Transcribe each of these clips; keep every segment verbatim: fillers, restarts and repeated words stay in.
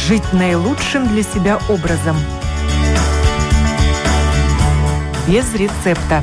Жить наилучшим для себя образом. Без рецепта.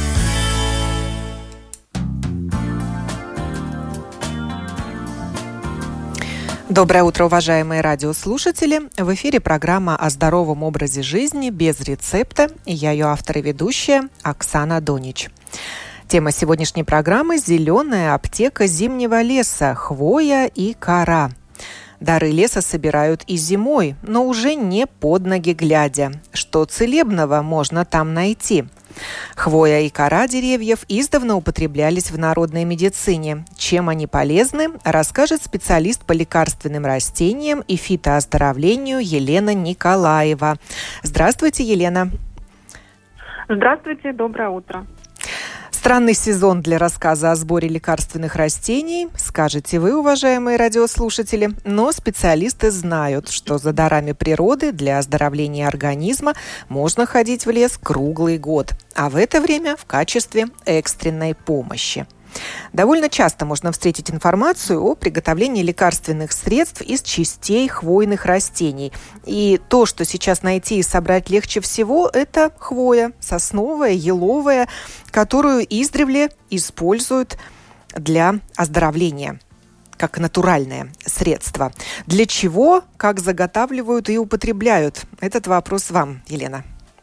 Доброе утро, уважаемые радиослушатели! В эфире программа о здоровом образе жизни без рецепта. И я ее автор и ведущая Оксана Донич. Тема сегодняшней программы – зеленая аптека зимнего леса, хвоя и кора. Дары леса собирают и зимой, но уже не под ноги глядя. Что целебного можно там найти? Хвоя и кора деревьев издавна употреблялись в народной медицине. Чем они полезны, расскажет специалист по лекарственным растениям и фитооздоровлению Елена Николаева. Здравствуйте, Елена. Здравствуйте, доброе утро. Странный сезон для рассказа о сборе лекарственных растений, скажете вы, уважаемые радиослушатели, но специалисты знают, что за дарами природы для оздоровления организма можно ходить в лес круглый год, а в это время в качестве экстренной помощи. Довольно часто можно встретить информацию о приготовлении лекарственных средств из частей хвойных растений. И то, что сейчас найти и собрать легче всего, это хвоя, сосновая, еловая, которую издревле используют для оздоровления, как натуральное средство. Для чего, как заготавливают и употребляют? Этот вопрос вам, Елена.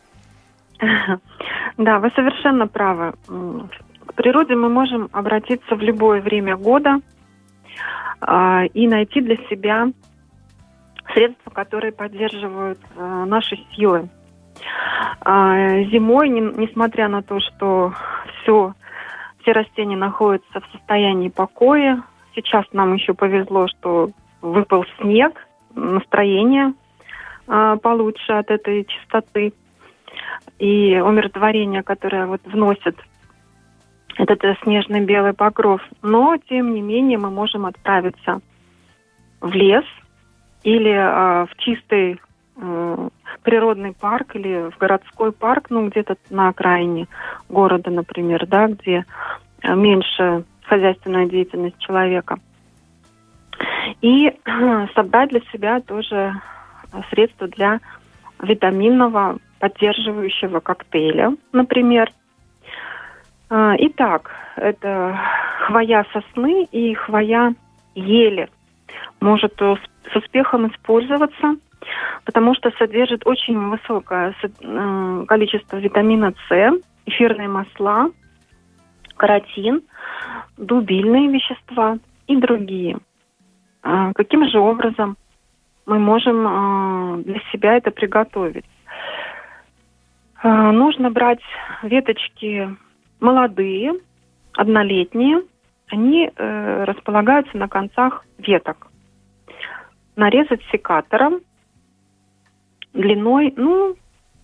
Да, вы совершенно правы. К природе мы можем обратиться в любое время года э, и найти для себя средства, которые поддерживают э, наши силы. Э, зимой, не, несмотря на то, что все, все растения находятся в состоянии покоя, сейчас нам еще повезло, что выпал снег, настроение э, получше от этой чистоты и умиротворения, которое вот вносит этот снежный белый покров. Но, тем не менее, мы можем отправиться в лес или э, в чистый э, природный парк или в городской парк, ну, где-то на окраине города, например, да, где меньше хозяйственная деятельность человека. И э, собрать для себя тоже средства для витаминного поддерживающего коктейля, например. Итак, это хвоя сосны и хвоя ели может с успехом использоваться, потому что содержит очень высокое количество витамина С, эфирные масла, каротин, дубильные вещества и другие. Каким же образом мы можем для себя это приготовить? Нужно брать веточки молодые, однолетние, они э, располагаются на концах веток. Нарезать секатором длиной, ну,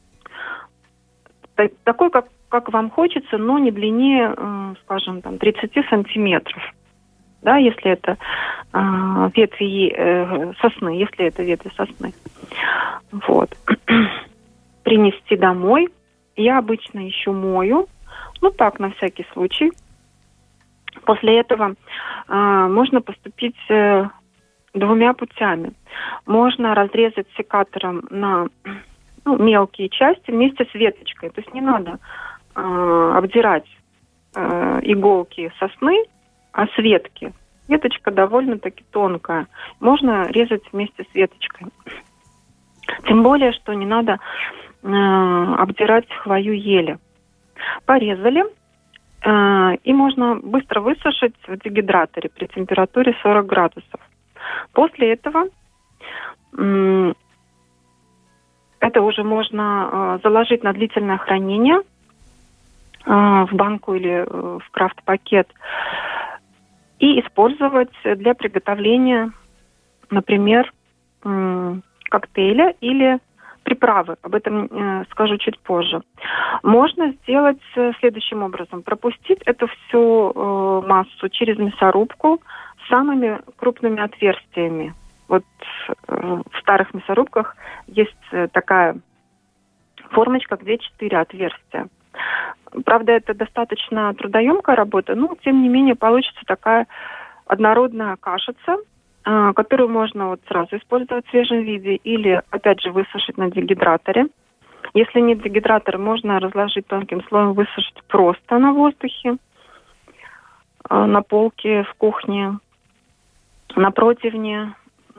т- такой, как, как вам хочется, но не длиннее, э, скажем, там, тридцать сантиметров. Да, если это э, ветви э, сосны, если это ветви сосны. Вот. Принести домой. Я обычно еще мою. Ну так, на всякий случай. После этого э, можно поступить э, двумя путями. Можно разрезать секатором на ну, мелкие части вместе с веточкой. То есть не надо э, обдирать э, иголки сосны, а с ветки. Веточка довольно-таки тонкая. Можно резать вместе с веточкой. Тем более, что не надо э, обдирать хвою ели. Порезали, э, и можно быстро высушить в дегидраторе при температуре сорок градусов. После этого э, это уже можно э, заложить на длительное хранение э, в банку или э, в крафт-пакет и использовать для приготовления, например, э, коктейля или приправы. Об этом э, скажу чуть позже. Можно сделать э, следующим образом. Пропустить эту всю э, массу через мясорубку с самыми крупными отверстиями. Вот э, в старых мясорубках есть э, такая формочка, где четыре отверстия. Правда, это достаточно трудоемкая работа, но, тем не менее, получится такая однородная кашица, которую можно вот сразу использовать в свежем виде или, опять же, высушить на дегидраторе. Если нет дегидратора, можно разложить тонким слоем, высушить просто на воздухе, на полке в кухне, на противне.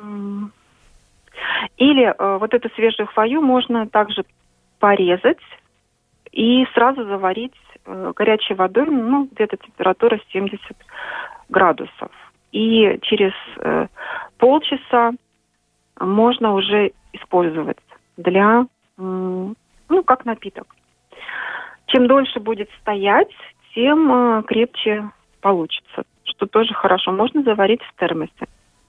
Или вот эту свежую хвою можно также порезать и сразу заварить горячей водой, ну, где-то температура семьдесят градусов. И через э, полчаса можно уже использовать для, э, ну, как напиток. Чем дольше будет стоять, тем э, крепче получится, что тоже хорошо. Можно заварить в термосе.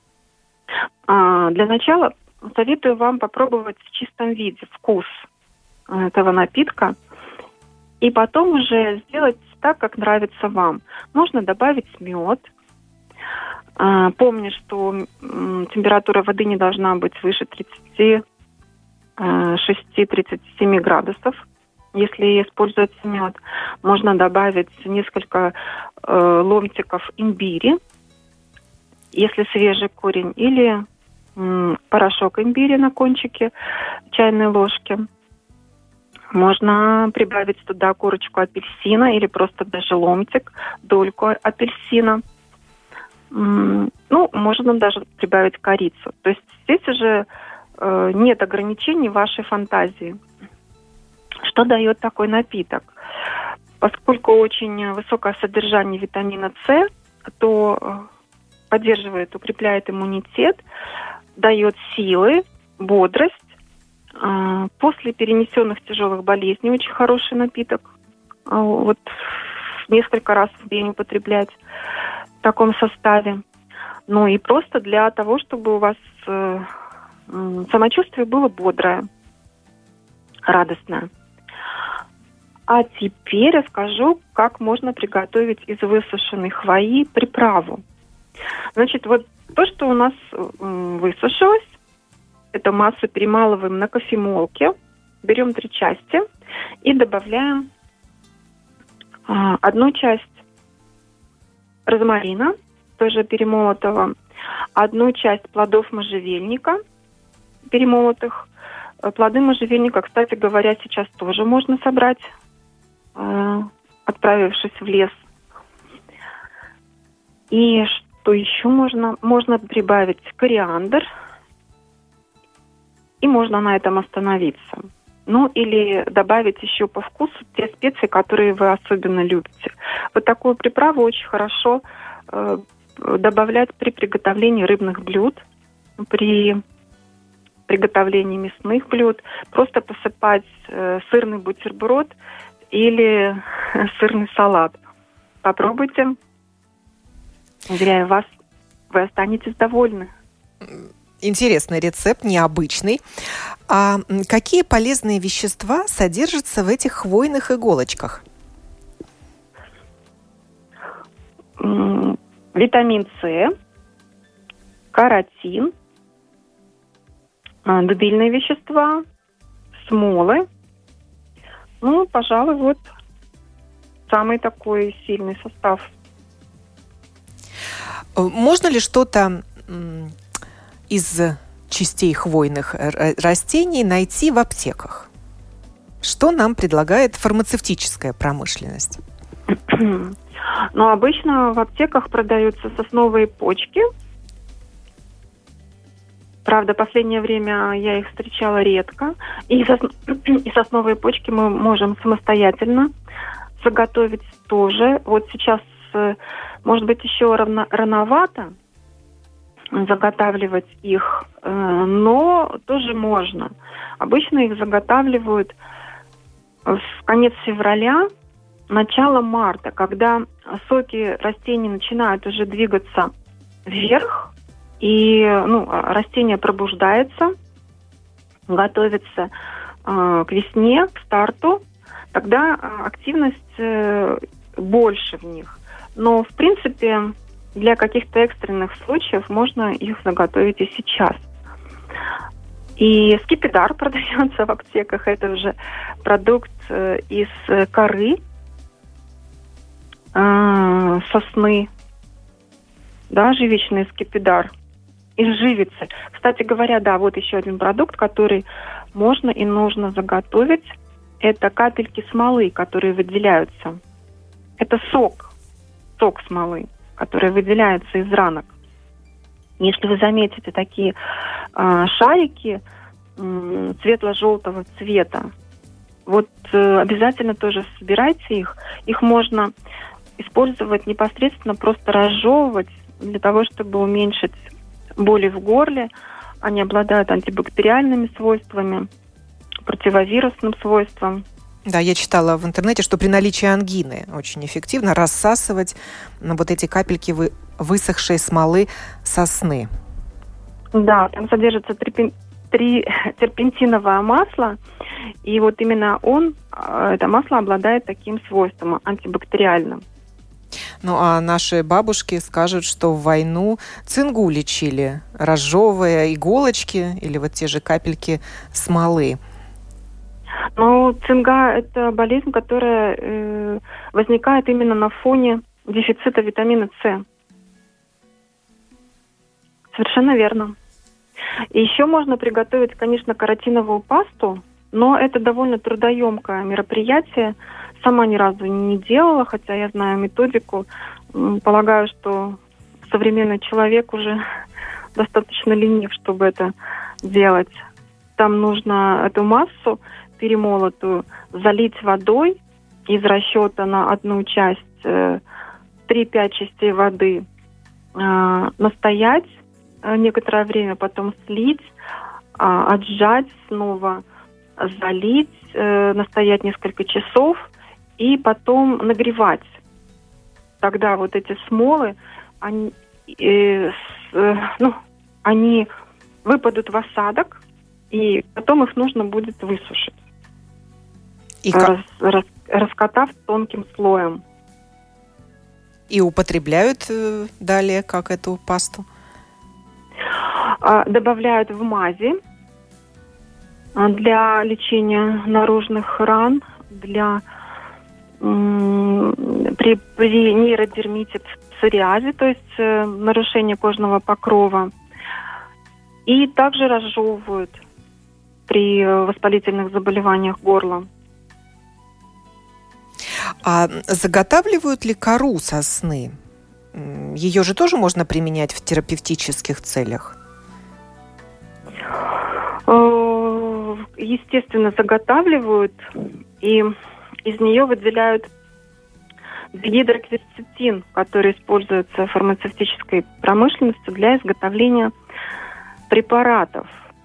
А, для начала советую вам попробовать в чистом виде вкус этого напитка. И потом уже сделать так, как нравится вам. Можно добавить мед. Помни, что температура воды не должна быть выше тридцати шести — тридцати семи градусов. Если используется мед, можно добавить несколько ломтиков имбиря, если свежий корень, или порошок имбиря на кончике чайной ложки. Можно прибавить туда корочку апельсина или просто даже ломтик, дольку апельсина. Ну, можно даже прибавить корицу. То есть здесь уже э, нет ограничений вашей фантазии. Что дает такой напиток? Поскольку очень высокое содержание витамина С, то э, поддерживает, укрепляет иммунитет, дает силы, бодрость. Э, после перенесенных тяжелых болезней очень хороший напиток. Э, вот несколько раз в день употреблять в таком составе. Ну и просто для того, чтобы у вас э, э, самочувствие было бодрое, радостное. А теперь расскажу, как можно приготовить из высушенной хвои приправу. Значит, вот то, что у нас э, высушилось, эту массу перемалываем на кофемолке, берем три части и добавляем э, одну часть розмарина, тоже перемолотого, одну часть плодов можжевельника перемолотых. Плоды можжевельника, кстати говоря, сейчас тоже можно собрать, э, отправившись в лес. И что еще можно? Можно прибавить кориандр, и можно на этом остановиться. Ну, или добавить еще по вкусу те специи, которые вы особенно любите. Вот такую приправу очень хорошо э, добавлять при приготовлении рыбных блюд, при приготовлении мясных блюд. Просто посыпать э, сырный бутерброд или сырный салат. Попробуйте. Уверяю вас, вы останетесь довольны. Интересный рецепт, необычный. А какие полезные вещества содержатся в этих хвойных иголочках? Витамин С, каротин, дубильные вещества, смолы. Ну, пожалуй, вот самый такой сильный состав. Можно ли что-то из частей хвойных растений найти в аптеках? Что нам предлагает фармацевтическая промышленность? Ну, обычно в аптеках продаются сосновые почки. Правда, в последнее время я их встречала редко. И, сос... и сосновые почки мы можем самостоятельно заготовить тоже. Вот сейчас, может быть, еще равно... рановато заготавливать их, но тоже можно. Обычно их заготавливают в конец февраля, начало марта, когда соки растений начинают уже двигаться вверх, и ну, растение пробуждается, готовится э, к весне, к старту, тогда активность э, больше в них. Но, в принципе, для каких-то экстренных случаев можно их заготовить и сейчас. И скипидар продается в аптеках. Это уже продукт э, из коры э, сосны, да, живичный скипидар. из живицы. Кстати говоря, да, вот еще один продукт, который можно и нужно заготовить. Это капельки смолы, которые выделяются. Это сок, сок смолы, который выделяется из ранок. Если вы заметите такие э, шарики э, светло-желтого цвета, вот э, обязательно тоже собирайте их. Их можно использовать непосредственно, просто разжевывать для того, чтобы уменьшить боли в горле. Они обладают антибактериальными свойствами, противовирусным свойством. Да, я читала в интернете, что при наличии ангины очень эффективно рассасывать вот эти капельки вы, высохшей смолы сосны. Да, там содержится трипен, три, терпентиновое масло, и вот именно он, это масло обладает таким свойством, антибактериальным. Ну, а наши бабушки скажут, что в войну цингу лечили, разжевывая иголочки или вот те же капельки смолы. Ну, цинга – это болезнь, которая э, возникает именно на фоне дефицита витамина С. Совершенно верно. И еще можно приготовить, конечно, каротиновую пасту, но это довольно трудоемкое мероприятие. Сама ни разу не делала, хотя я знаю методику. Полагаю, что современный человек уже достаточно ленив, чтобы это делать. Там нужно эту массу перемолотую залить водой из расчета на одну часть, три-пять частей воды, настоять некоторое время, потом слить, отжать снова, залить, настоять несколько часов и потом нагревать. Тогда вот эти смолы, они, э, э, ну, они выпадут в осадок, и потом их нужно будет высушить, и рас, рас, раскатав тонким слоем. И употребляют э, далее как эту пасту? А, добавляют в мази для лечения наружных ран, для м- при, при нейродермите, псориазе, то есть э, нарушение кожного покрова. И также разжевывают при воспалительных заболеваниях горла. А заготавливают ли кору сосны? Ее же тоже можно применять в терапевтических целях? Естественно, заготавливают, и из нее выделяют гидрокверцетин, который используется в фармацевтической промышленности для изготовления препаратов.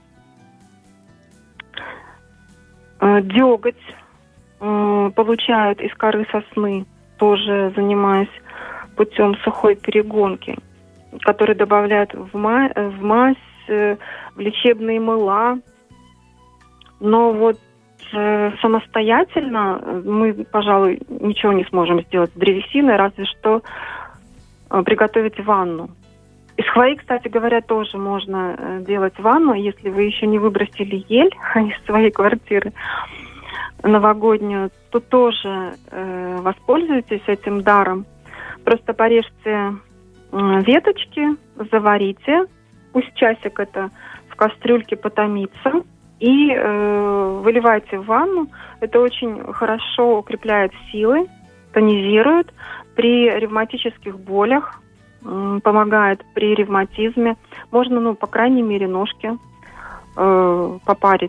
Деготь получают из коры сосны, тоже занимаясь путем сухой перегонки, который добавляют в, ма- в мазь, в лечебные мыла. Но вот э, самостоятельно мы, пожалуй, ничего не сможем сделать с древесиной, разве что э, приготовить ванну. Из хвои, кстати говоря, тоже можно э, делать ванну, если вы еще не выбросили ель из своей квартиры новогоднюю, то тоже э, воспользуйтесь этим даром. Просто порежьте э, веточки, заварите, пусть часик это в кастрюльке потомится, и э, выливайте в ванну. Это очень хорошо укрепляет силы, тонизирует при ревматических болях, э, помогает при ревматизме. Можно, ну, по крайней мере, ножки э, попарить.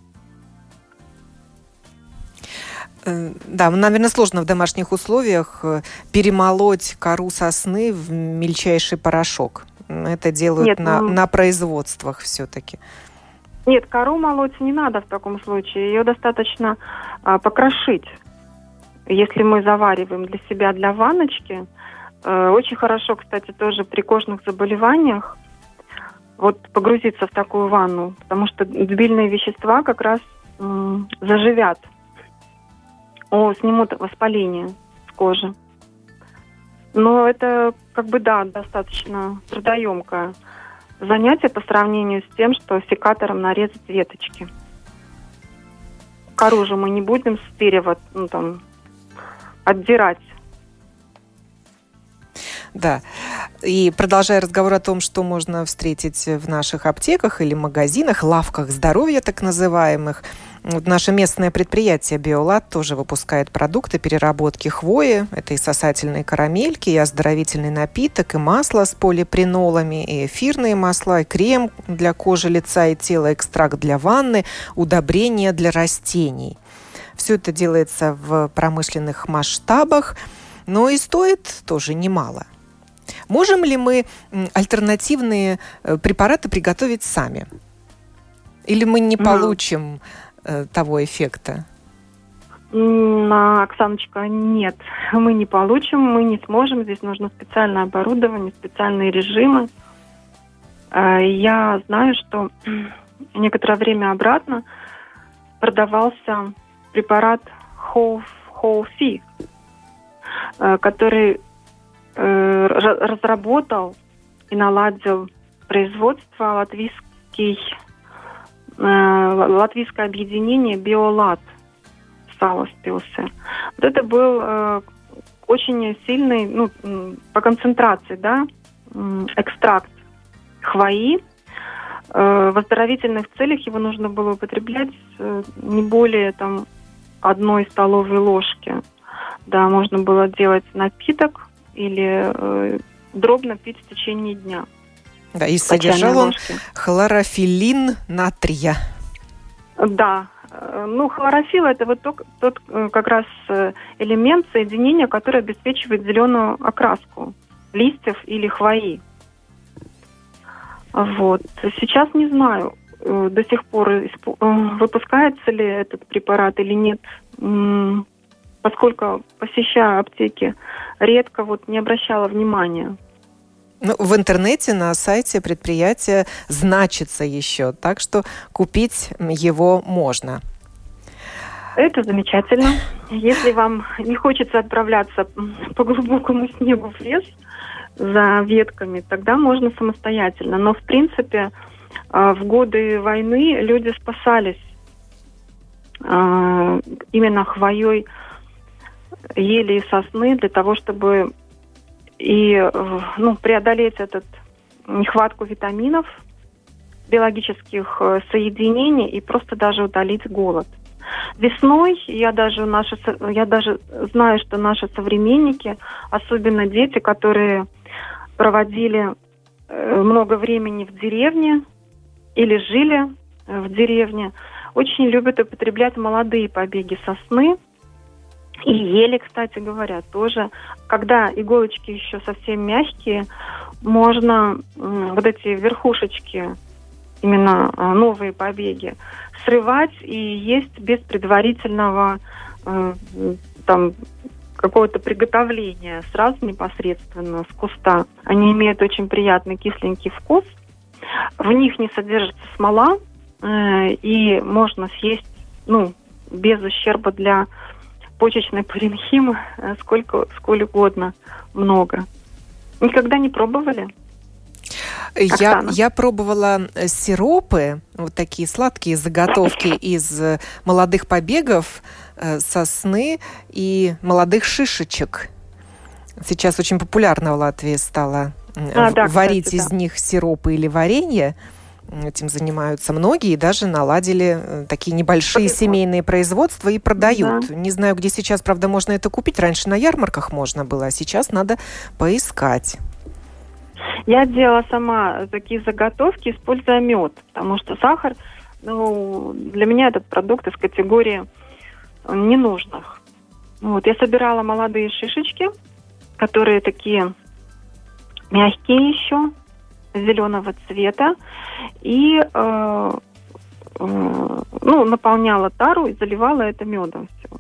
Да, наверное, сложно в домашних условиях перемолоть кору сосны в мельчайший порошок. Это делают Нет, на, ну... на производствах все-таки. Нет, кору молоть не надо в таком случае. Ее достаточно а, покрошить. Если мы завариваем для себя, для ванночки, э, очень хорошо, кстати, тоже при кожных заболеваниях вот погрузиться в такую ванну, потому что дебильные вещества как раз м- заживят. О, снимут воспаление с кожи. Но это, как бы, да, достаточно трудоемкое занятие по сравнению с тем, что секатором нарезать веточки. Кору же мы не будем стырево, ну, там, отдирать. Да. И продолжая разговор о том, что можно встретить в наших аптеках или магазинах, лавках здоровья так называемых, вот наше местное предприятие «Биолат» тоже выпускает продукты переработки хвои. Это и сосательные карамельки, и оздоровительный напиток, и масло с полипренолами, и эфирные масла, и крем для кожи, лица и тела, экстракт для ванны, удобрения для растений. Все это делается в промышленных масштабах, но и стоит тоже немало. Можем ли мы альтернативные препараты приготовить сами? Или мы не получим э, того эффекта? Оксаночка, нет, мы не получим, мы не сможем. Здесь нужно специальное оборудование, специальные режимы. Я знаю, что некоторое время обратно продавался препарат Хоуфи, который э, разработал и наладил производство латвийский, э, латвийское объединение «Биолат» Саласпилсе. Вот это был э, очень сильный, ну, по концентрации, да, экстракт хвои. Э, в оздоровительных целях его нужно было употреблять э, не более там одной столовой ложки. Да, можно было делать напиток или э, дробно пить в течение дня. Да, и содержал он хлорофиллин натрия. Да, ну хлорофилл это вот тот, тот как раз элемент соединения, который обеспечивает зеленую окраску листьев или хвои. Вот. Сейчас не знаю, до сих пор выпускается ли этот препарат или нет. Поскольку посещаю аптеки, редко вот не обращала внимания. Ну, в интернете на сайте предприятия значится еще, так что купить его можно. Это замечательно. Если вам не хочется отправляться по глубокому снегу в лес за ветками, тогда можно самостоятельно. Но, в принципе, в годы войны люди спасались именно хвоей ели и сосны для того, чтобы и, ну, преодолеть этот нехватку витаминов, биологических соединений и просто даже удалить голод. Весной я даже, наши, я даже знаю, что наши современники, особенно дети, которые проводили много времени в деревне или жили в деревне, очень любят употреблять молодые побеги сосны. И ели, кстати говоря, тоже. Когда иголочки еще совсем мягкие, можно вот эти верхушечки, именно новые побеги, срывать и есть без предварительного э, там какого-то приготовления, сразу непосредственно с куста. Они имеют очень приятный кисленький вкус. В них не содержится смола, э, и можно съесть, ну, без ущерба для почечной паренхимы сколько, сколько угодно, много. Никогда не пробовали? Я, я пробовала сиропы, вот такие сладкие заготовки из молодых побегов сосны и молодых шишечек. Сейчас очень популярно в Латвии стало а, да, варить кстати, из да. них сиропы или варенье. Этим занимаются многие и даже наладили такие небольшие семейные производства и продают. Да. Не знаю, где сейчас, правда, можно это купить. Раньше на ярмарках можно было, а сейчас надо поискать. Я делала сама такие заготовки, используя мед, потому что сахар, ну, для меня этот продукт из категории ненужных. Вот, я собирала молодые шишечки, которые такие мягкие еще, зеленого цвета, и э, э, ну, наполняла тару и заливала это медом все.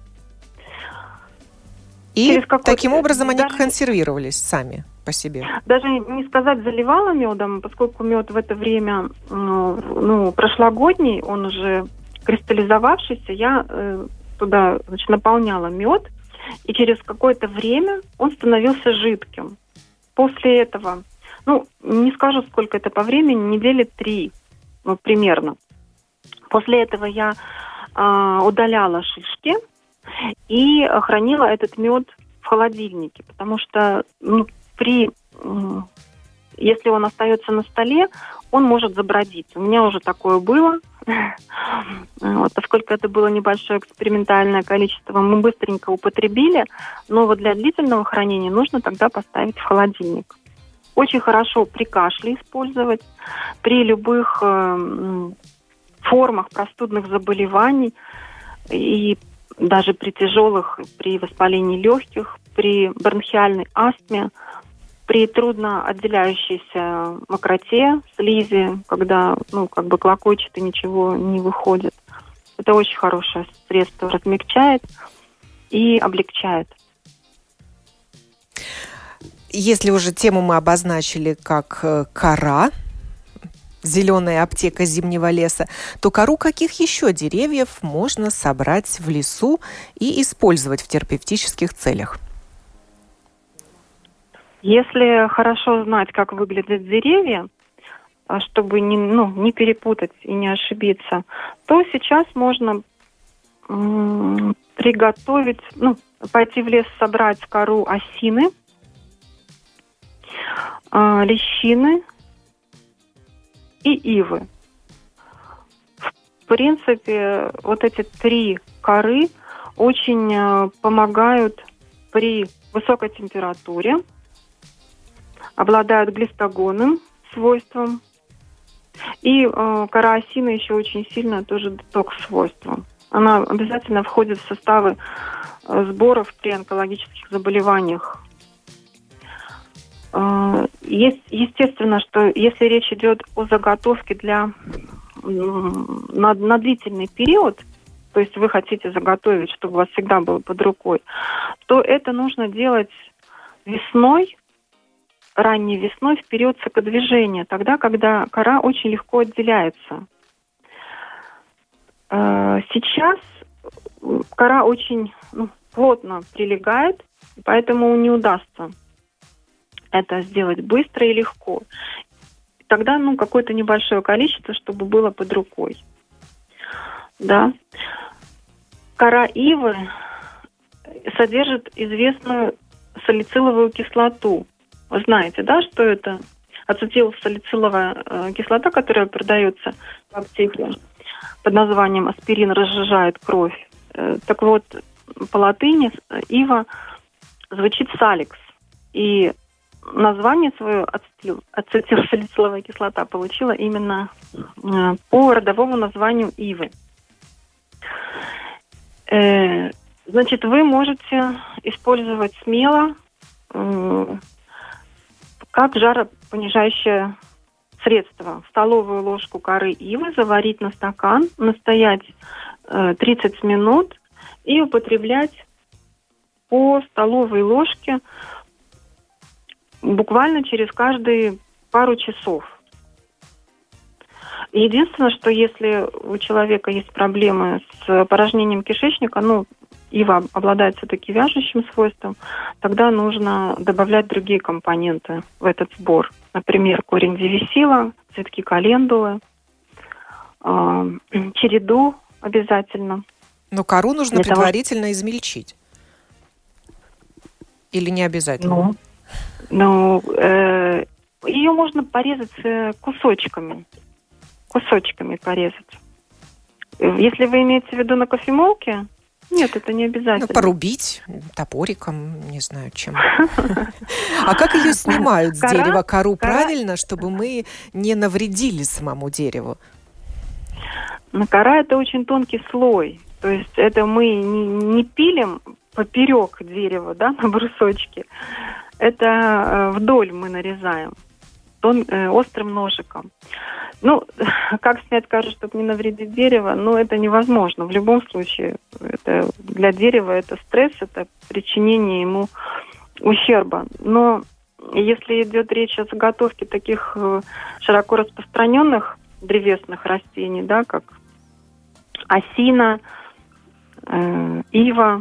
И таким образом они даже консервировались сами по себе? Даже не сказать заливала медом, поскольку мед в это время ну, прошлогодний, он уже кристаллизовавшийся, я э, туда, значит, наполняла мед, и через какое-то время он становился жидким. После этого, ну, не скажу, сколько это по времени, недели три, ну, примерно. После этого я э, удаляла шишки и хранила этот мед в холодильнике, потому что ну, при если он остается на столе, он может забродить. У меня уже такое было. Вот, поскольку это было небольшое экспериментальное количество, мы быстренько употребили, но вот для длительного хранения нужно тогда поставить в холодильник. Очень хорошо при кашле использовать, при любых э, формах простудных заболеваний и даже при тяжелых, при воспалении легких, при бронхиальной астме, при трудно отделяющейся мокроте, слизи, когда, ну, как бы клокочет и ничего не выходит. Это очень хорошее средство, размягчает и облегчает. Если уже тему мы обозначили как кора, зеленая аптека зимнего леса, то кору каких еще деревьев можно собрать в лесу и использовать в терапевтических целях? Если хорошо знать, как выглядят деревья, чтобы не, ну, не перепутать и не ошибиться, то сейчас можно м- приготовить, ну, пойти в лес собрать кору осины, э, лещины и ивы. В принципе, вот эти три коры очень э, помогают при высокой температуре, обладают глистогонным свойством. И э, кора осины еще очень сильно тоже детокс-свойством. Она обязательно входит в составы э, сборов при онкологических заболеваниях. Э, есть, естественно, что если речь идет о заготовке для, э, на, на длительный период, то есть вы хотите заготовить, чтобы у вас всегда было под рукой, то это нужно делать весной, ранней весной в период сокодвижения, тогда, когда кора очень легко отделяется. Сейчас кора очень ну, плотно прилегает, поэтому не удастся это сделать быстро и легко. Тогда ну, какое-то небольшое количество, чтобы было под рукой. Да. Кора ивы содержит известную салициловую кислоту. Вы знаете, да, что это ацетилсалициловая э, кислота, которая продается в аптеке под названием аспирин, разжижает кровь. Э, так вот, по латыни ива звучит саликс. И название свое ацетил, ацетилсалициловая кислота получила именно э, по родовому названию ивы. Э, значит, вы можете использовать смело э, как жаропонижающее средство. Столовую ложку коры ивы заварить на стакан, настоять э, тридцать минут и употреблять по столовой ложке буквально через каждые пару часов. Единственное, что если у человека есть проблемы с опорожнением кишечника, ну, ива обладает все-таки вяжущим свойством, тогда нужно добавлять другие компоненты в этот сбор. Например, корень девисила, цветки календулы, э, череду обязательно. Но кору нужно Для предварительно того... измельчить. Или не обязательно? Ну, ну э, ее можно порезать кусочками. Кусочками порезать. Если вы имеете в виду на кофемолке, нет, это не обязательно. Ну, порубить топориком, не знаю чем. А как ее снимают с дерева, кору, правильно, чтобы мы не навредили самому дереву? Кора – это очень тонкий слой. То есть это мы не, не пилим поперек дерева, да, на брусочке. Это вдоль мы нарезаем тон, э, острым ножиком. Ну, как снять кору, чтобы не навредить дерево, ну, это невозможно. В любом случае, это, для дерева это стресс, это причинение ему ущерба. Но если идет речь о заготовке таких широко распространенных древесных растений, да, как осина, э, ива,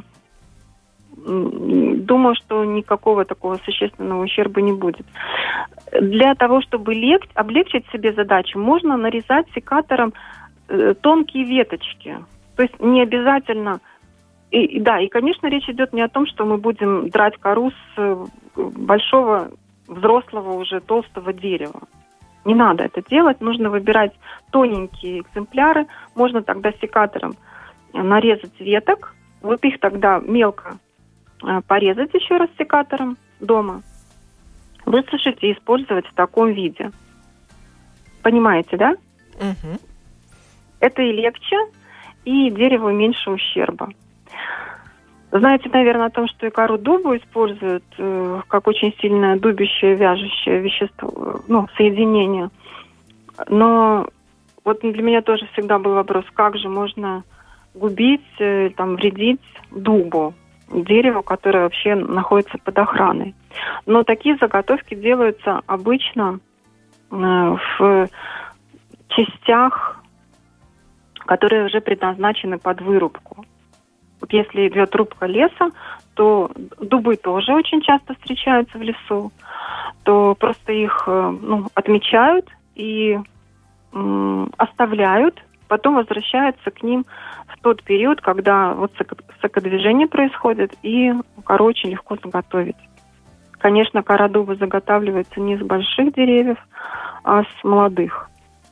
думаю, что никакого такого существенного ущерба не будет. Для того, чтобы лег... облегчить себе задачу, можно нарезать секатором э, тонкие веточки. То есть не обязательно... И, и, да, и, конечно, речь идет не о том, что мы будем драть кору с большого взрослого уже толстого дерева. Не надо это делать, нужно выбирать тоненькие экземпляры. Можно тогда секатором нарезать веток, вот их тогда мелко порезать еще раз секатором дома, высушить и использовать в таком виде. Понимаете, да? Угу. Это и легче, и дереву меньше ущерба. Знаете, наверное, о том, что и кору дуба используют э, как очень сильное дубящее, вяжущее вещество, ну, соединение. Но вот для меня тоже всегда был вопрос, как же можно губить, э, там, вредить дубу, дереву, которое вообще находится под охраной. Но такие заготовки делаются обычно э, в частях, которые уже предназначены под вырубку. Вот если идет рубка леса, то дубы тоже очень часто встречаются в лесу, то просто их ну, отмечают и м, оставляют, потом возвращаются к ним в тот период, когда вот сокодвижение происходит, и кору очень легко заготовить. Конечно, кора дуба заготавливается не с больших деревьев, а с молодых.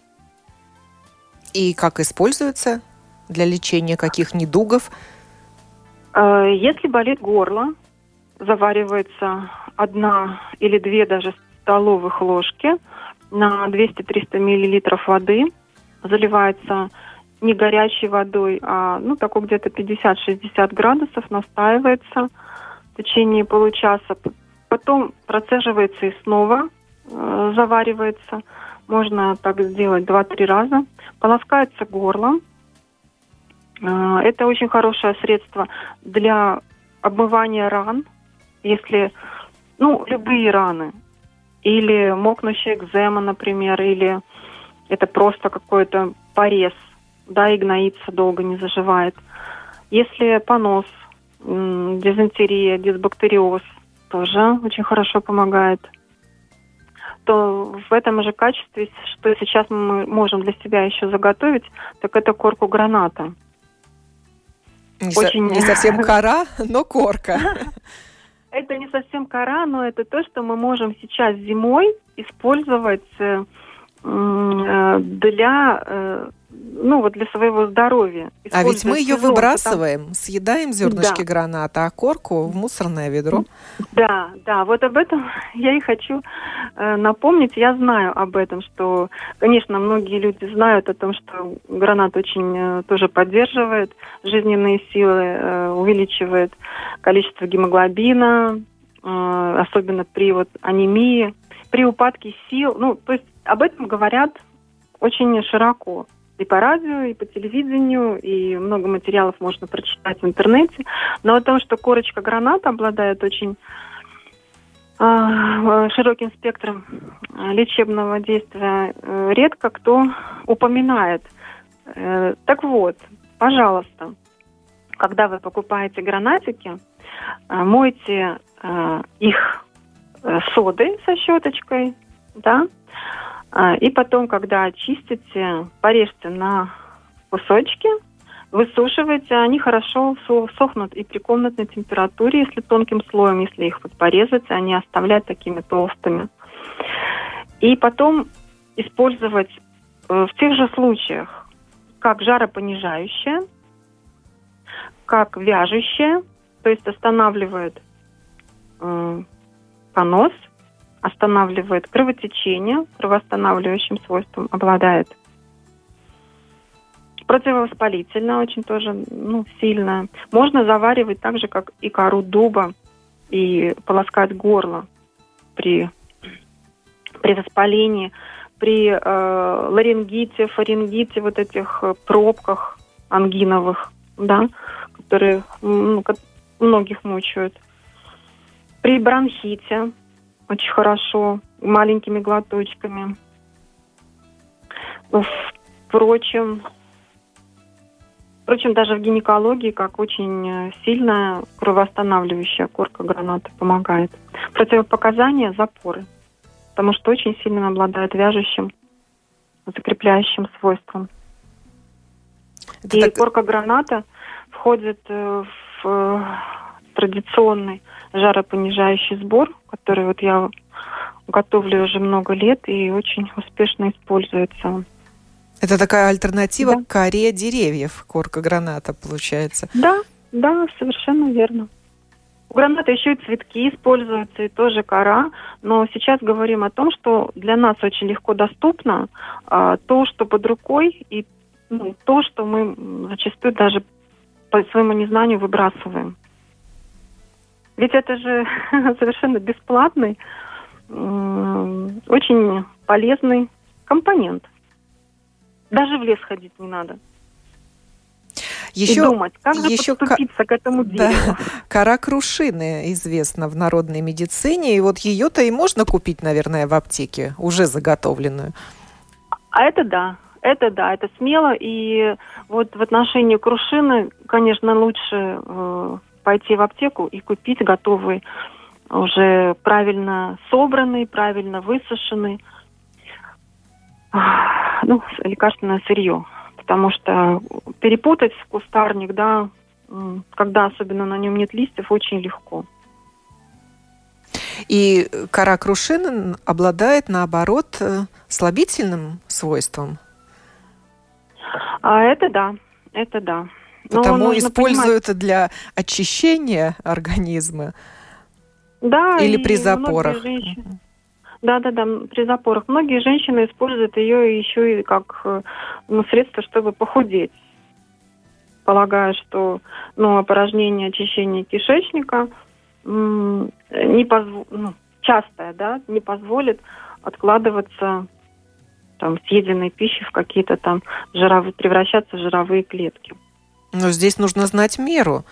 И как используется для лечения каких недугов? Если болит горло, заваривается одна или две даже столовых ложки на двести-триста миллилитров воды, заливается не горячей водой, а ну, такой где-то пятьдесят-шестьдесят градусов, настаивается в течение получаса. Потом процеживается и снова э, заваривается. Можно так сделать два-три раза. Полоскается горло. Это очень хорошее средство для обмывания ран, если, ну, любые раны, или мокнущая экзема, например, или это просто какой-то порез, да, и гноится, долго не заживает. Если понос, дизентерия, дисбактериоз, тоже очень хорошо помогает. То в этом же качестве, что сейчас мы можем для себя еще заготовить, так это корку граната. Не, Очень... со, не совсем кора, но корка. Это не совсем кора, но это то, что мы можем сейчас зимой использовать э, для, э, ну, вот для своего здоровья. А ведь мы ее сезон, выбрасываем, потому... съедаем зернышки да. граната, а корку в мусорное ведро. Да, да, вот об этом я и хочу э, напомнить. Я знаю об этом, что, конечно, многие люди знают о том, что гранат очень э, тоже поддерживает жизненные силы, э, увеличивает количество гемоглобина, э, особенно при вот анемии, при упадке сил. Ну, то есть об этом говорят очень широко. И по радио, и по телевидению, и много материалов можно прочитать в интернете. Но о том, что корочка граната обладает очень э, широким спектром лечебного действия, э, редко кто упоминает. Э, так вот, пожалуйста, когда вы покупаете гранатики, э, мойте э, их э, содой со щеточкой, да, и потом, когда очистите, порежьте на кусочки, высушивайте. Они хорошо сохнут и при комнатной температуре, если тонким слоем, если их вот порезать, они оставляют такими толстыми. И потом использовать в тех же случаях, как жаропонижающее, как вяжущее, то есть останавливает э, понос, останавливает кровотечение, кровоостанавливающим свойством обладает. Противовоспалительное очень тоже ну, сильное. Можно заваривать так же, как и кору дуба, и полоскать горло при, при воспалении, при э, ларингите, фарингите, вот этих пробках ангиновых, да, которые ну, многих мучают. При бронхите очень хорошо, маленькими глоточками. Впрочем, впрочем, даже в гинекологии, как очень сильная кровоостанавливающая корка граната помогает. Противопоказания – запоры, потому что очень сильно обладает вяжущим, закрепляющим свойством. Это И так... корка граната входит в традиционный жаропонижающий сбор, который вот я готовлю уже много лет и очень успешно используется. Это такая альтернатива Да. к коре деревьев, корка граната, получается. Да, да, совершенно верно. У граната еще и цветки используются, и тоже кора. Но сейчас говорим о том, что для нас очень легко доступно а, то, что под рукой, и ну, то, что мы зачастую даже по своему незнанию выбрасываем. Ведь это же совершенно бесплатный, м- очень полезный компонент. Даже в лес ходить не надо. Еще, и думать, как же еще подступиться к, к этому дереву. Да, кора крушины известна в народной медицине, и вот ее-то и можно купить, наверное, в аптеке, уже заготовленную. А это да, это да, это смело. И вот в отношении крушины, конечно, лучше э, пойти в аптеку и купить готовый, уже правильно собранный, правильно высушенный, э, ну, лекарственное сырье. Потому что перепутать кустарник, да, когда особенно на нем нет листьев, очень легко. И кора крушины обладает, наоборот, слабительным свойством. А это да, это да. Но потому используют понимать... для очищения организма. Да, или при запорах. Да, да, да, при запорах. Многие женщины используют ее еще и как ну, средство, чтобы похудеть. Полагаю, что ну, опорожнение, очищение кишечника м- не позв... ну, частое, да, не позволит откладываться там, съеденной пищи в какие-то там жировые, превращаться в жировые клетки. Но здесь нужно знать меру.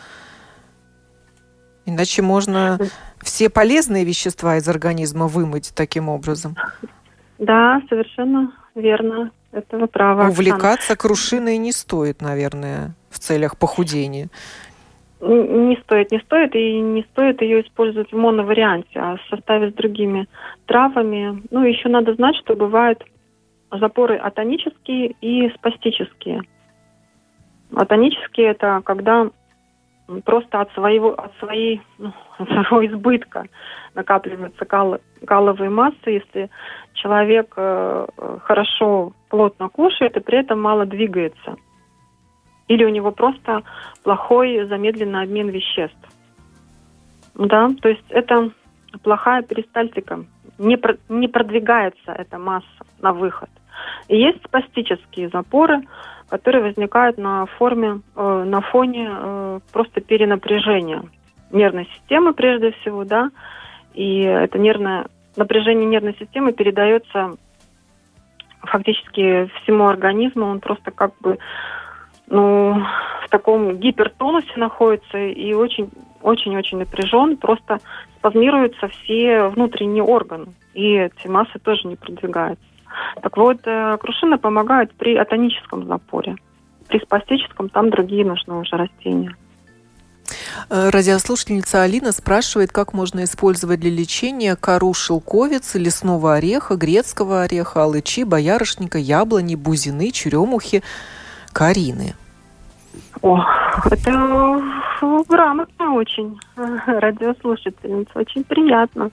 Иначе можно все полезные вещества из организма вымыть таким образом. Да, совершенно верно. Это вы правы, Увлекаться крушиной не стоит, наверное, в целях похудения. Не стоит, не стоит. И не стоит ее использовать в моноварианте, а в составе с другими травами. Ну, еще надо знать, что бывают запоры атонические и спастические. Атонические – это когда просто от своего, от своей, ну, от своего избытка накапливаются кал, каловые массы, если человек э, хорошо, плотно кушает и при этом мало двигается. Или у него просто плохой замедленный обмен веществ. Да, то есть это плохая перистальтика. Не, про, не продвигается эта масса на выход. И есть спастические запоры, которые возникают на форме, э, на фоне э, просто перенапряжения нервной системы прежде всего, да, и это нервное напряжение нервной системы передается фактически всему организму, он просто как бы, ну, в таком гипертонусе находится и очень, очень-очень напряжен, просто спазмируются все внутренние органы, и эти массы тоже не продвигаются. Так вот, крушина помогает при атоническом запоре. При спастическом там другие нужны уже растения. Радиослушательница Алина спрашивает, как можно использовать для лечения кору шелковицы, лесного ореха, грецкого ореха, алычи, боярышника, яблони, бузины, черемухи, карины. О, это грамотно очень, радиослушательница, очень приятно.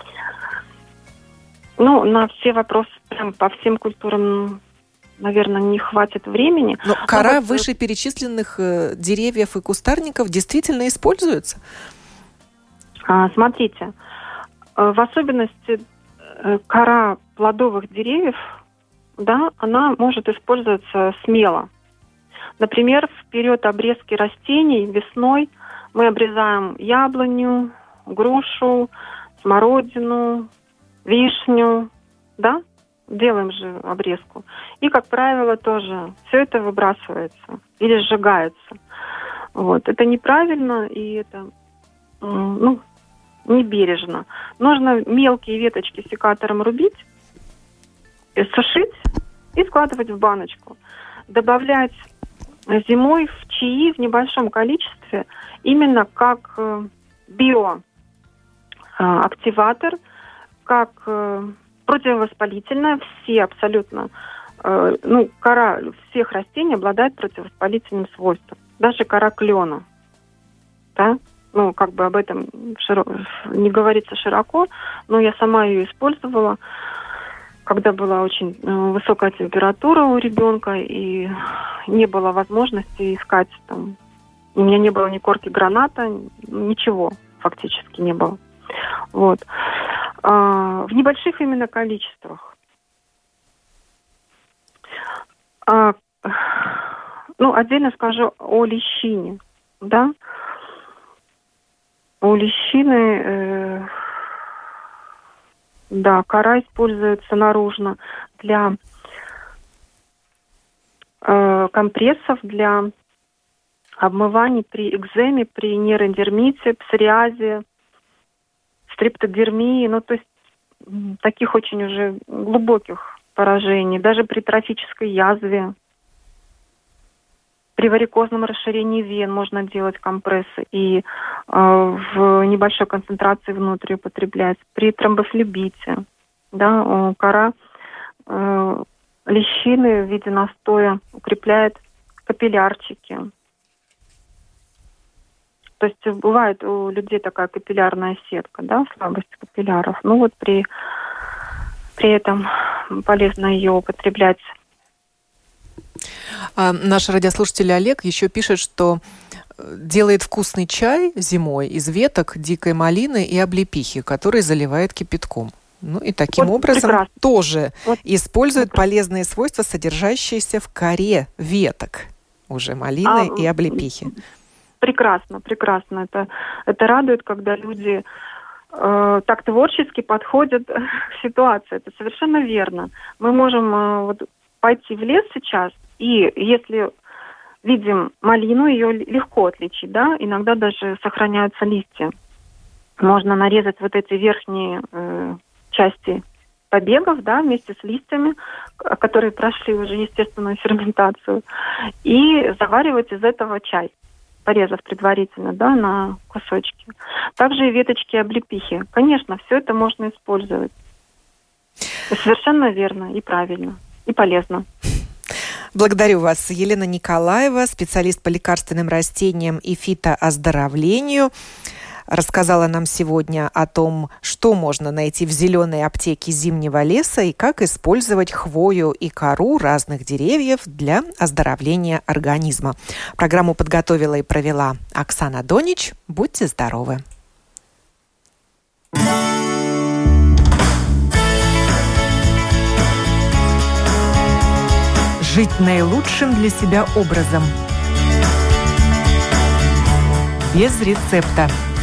Ну, на все вопросы, прям по всем культурам, наверное, не хватит времени. Но кора вот... вышеперечисленных э, деревьев и кустарников действительно используется? А, смотрите, в особенности э, кора плодовых деревьев, да, она может использоваться смело. Например, в период обрезки растений весной мы обрезаем яблоню, грушу, смородину, вишню, да, делаем же обрезку. И, как правило, тоже все это выбрасывается или сжигается. Вот. Это неправильно и это, ну, небережно. Нужно мелкие веточки секатором рубить, сушить и складывать в баночку. Добавлять зимой в чаи в небольшом количестве именно как биоактиватор, как э, противовоспалительное. Все абсолютно, э, ну, кора всех растений обладает противовоспалительным свойством. Даже кора клена. Да? Ну, как бы об этом широ... не говорится широко, но я сама ее использовала, когда была очень высокая температура у ребенка, и не было возможности искать там. У меня не было ни корки граната, ничего фактически не было. Вот. А, в небольших именно количествах. А, ну, отдельно скажу о лещине, да. У лещины, э, да, кора используется наружно для э, компрессов, для обмываний при экземе, при нейродермите, псориазе, стрептодермии, ну, то есть таких очень уже глубоких поражений, даже при трофической язве. При варикозном расширении вен можно делать компрессы и э, в небольшой концентрации внутрь употреблять. При тромбофлебите, да, э, кора э, лещины в виде настоя укрепляет капиллярчики. То есть бывает у людей такая капиллярная сетка, да, слабость капилляров. Ну вот при, при этом полезно ее употреблять. А наш радиослушатель Олег еще пишет, что делает вкусный чай зимой из веток дикой малины и облепихи, который заливает кипятком. Ну и таким вот образом прекрасно. Тоже вот. Использует вот. Полезные свойства, содержащиеся в коре веток уже малины а, и облепихи. Прекрасно, прекрасно. Это, это радует, когда люди э, так творчески подходят к ситуации. Это совершенно верно. Мы можем э, вот, пойти в лес сейчас, и если видим малину, ее легко отличить, да, иногда даже сохраняются листья. Можно нарезать вот эти верхние э, части побегов, да, вместе с листьями, которые прошли уже естественную ферментацию, и заваривать из этого чай, порезав предварительно, да, на кусочки. Также и веточки облепихи. Конечно, все это можно использовать. Совершенно верно и правильно, и полезно. Благодарю вас, Елена Николаева, специалист по лекарственным растениям и фитооздоровлению. Рассказала нам сегодня о том, что можно найти в зеленой аптеке зимнего леса и как использовать хвою и кору разных деревьев для оздоровления организма. Программу подготовила и провела Оксана Донич. Будьте здоровы! Жить наилучшим для себя образом. Без рецепта.